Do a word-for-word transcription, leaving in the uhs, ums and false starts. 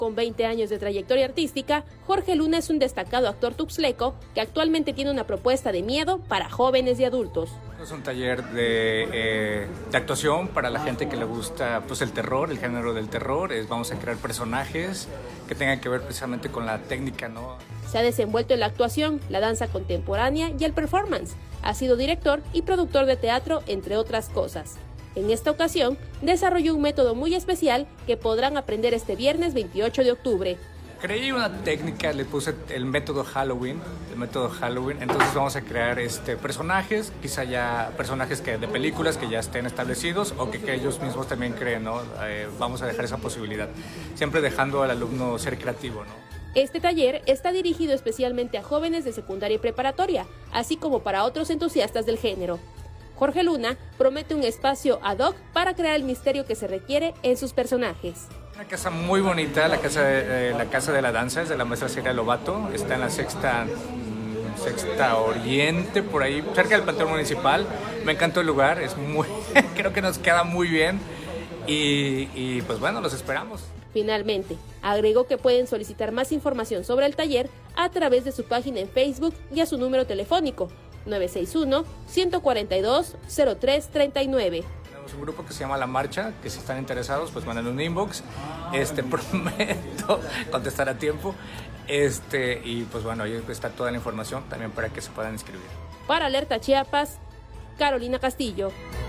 Con veinte años de trayectoria artística, Jorge Luna es un destacado actor tuxtleco que actualmente tiene una propuesta de miedo para jóvenes y adultos. Es un taller de, eh, de actuación para la gente que le gusta pues, el terror, el género del terror. Es, vamos a crear personajes que tengan que ver precisamente con la técnica, ¿no? Se ha desenvuelto en la actuación, la danza contemporánea y el performance. Ha sido director y productor de teatro, entre otras cosas. En esta ocasión, desarrolló un método muy especial que podrán aprender este viernes veintiocho de octubre. Creí una técnica, le puse el método Halloween, el método Halloween. Entonces vamos a crear este, personajes, quizá ya personajes que, de películas que ya estén establecidos o que, que ellos mismos también creen, ¿no? Eh, vamos a dejar esa posibilidad, siempre dejando al alumno ser creativo, ¿no? Este taller está dirigido especialmente a jóvenes de secundaria y preparatoria, así como para otros entusiastas del género. Jorge Luna promete un espacio ad hoc para crear el misterio que se requiere en sus personajes. Una casa muy bonita, la casa de, eh, la casa de la danza, es de la maestra Celia Lobato, está en la sexta, mmm, sexta Oriente, por ahí, cerca del Panteón Municipal. Me encantó el lugar, es muy, creo que nos queda muy bien y, y pues bueno, los esperamos. Finalmente, agregó que pueden solicitar más información sobre el taller a través de su página en Facebook y a su número telefónico nueve seis uno, uno cuatro dos, cero tres tres nueve. Tenemos un grupo que se llama La Marcha, que si están interesados, pues manden un inbox. Este, prometo contestar a tiempo. Este, y pues bueno, ahí está toda la información también para que se puedan inscribir. Para Alerta Chiapas, Carolina Castillo.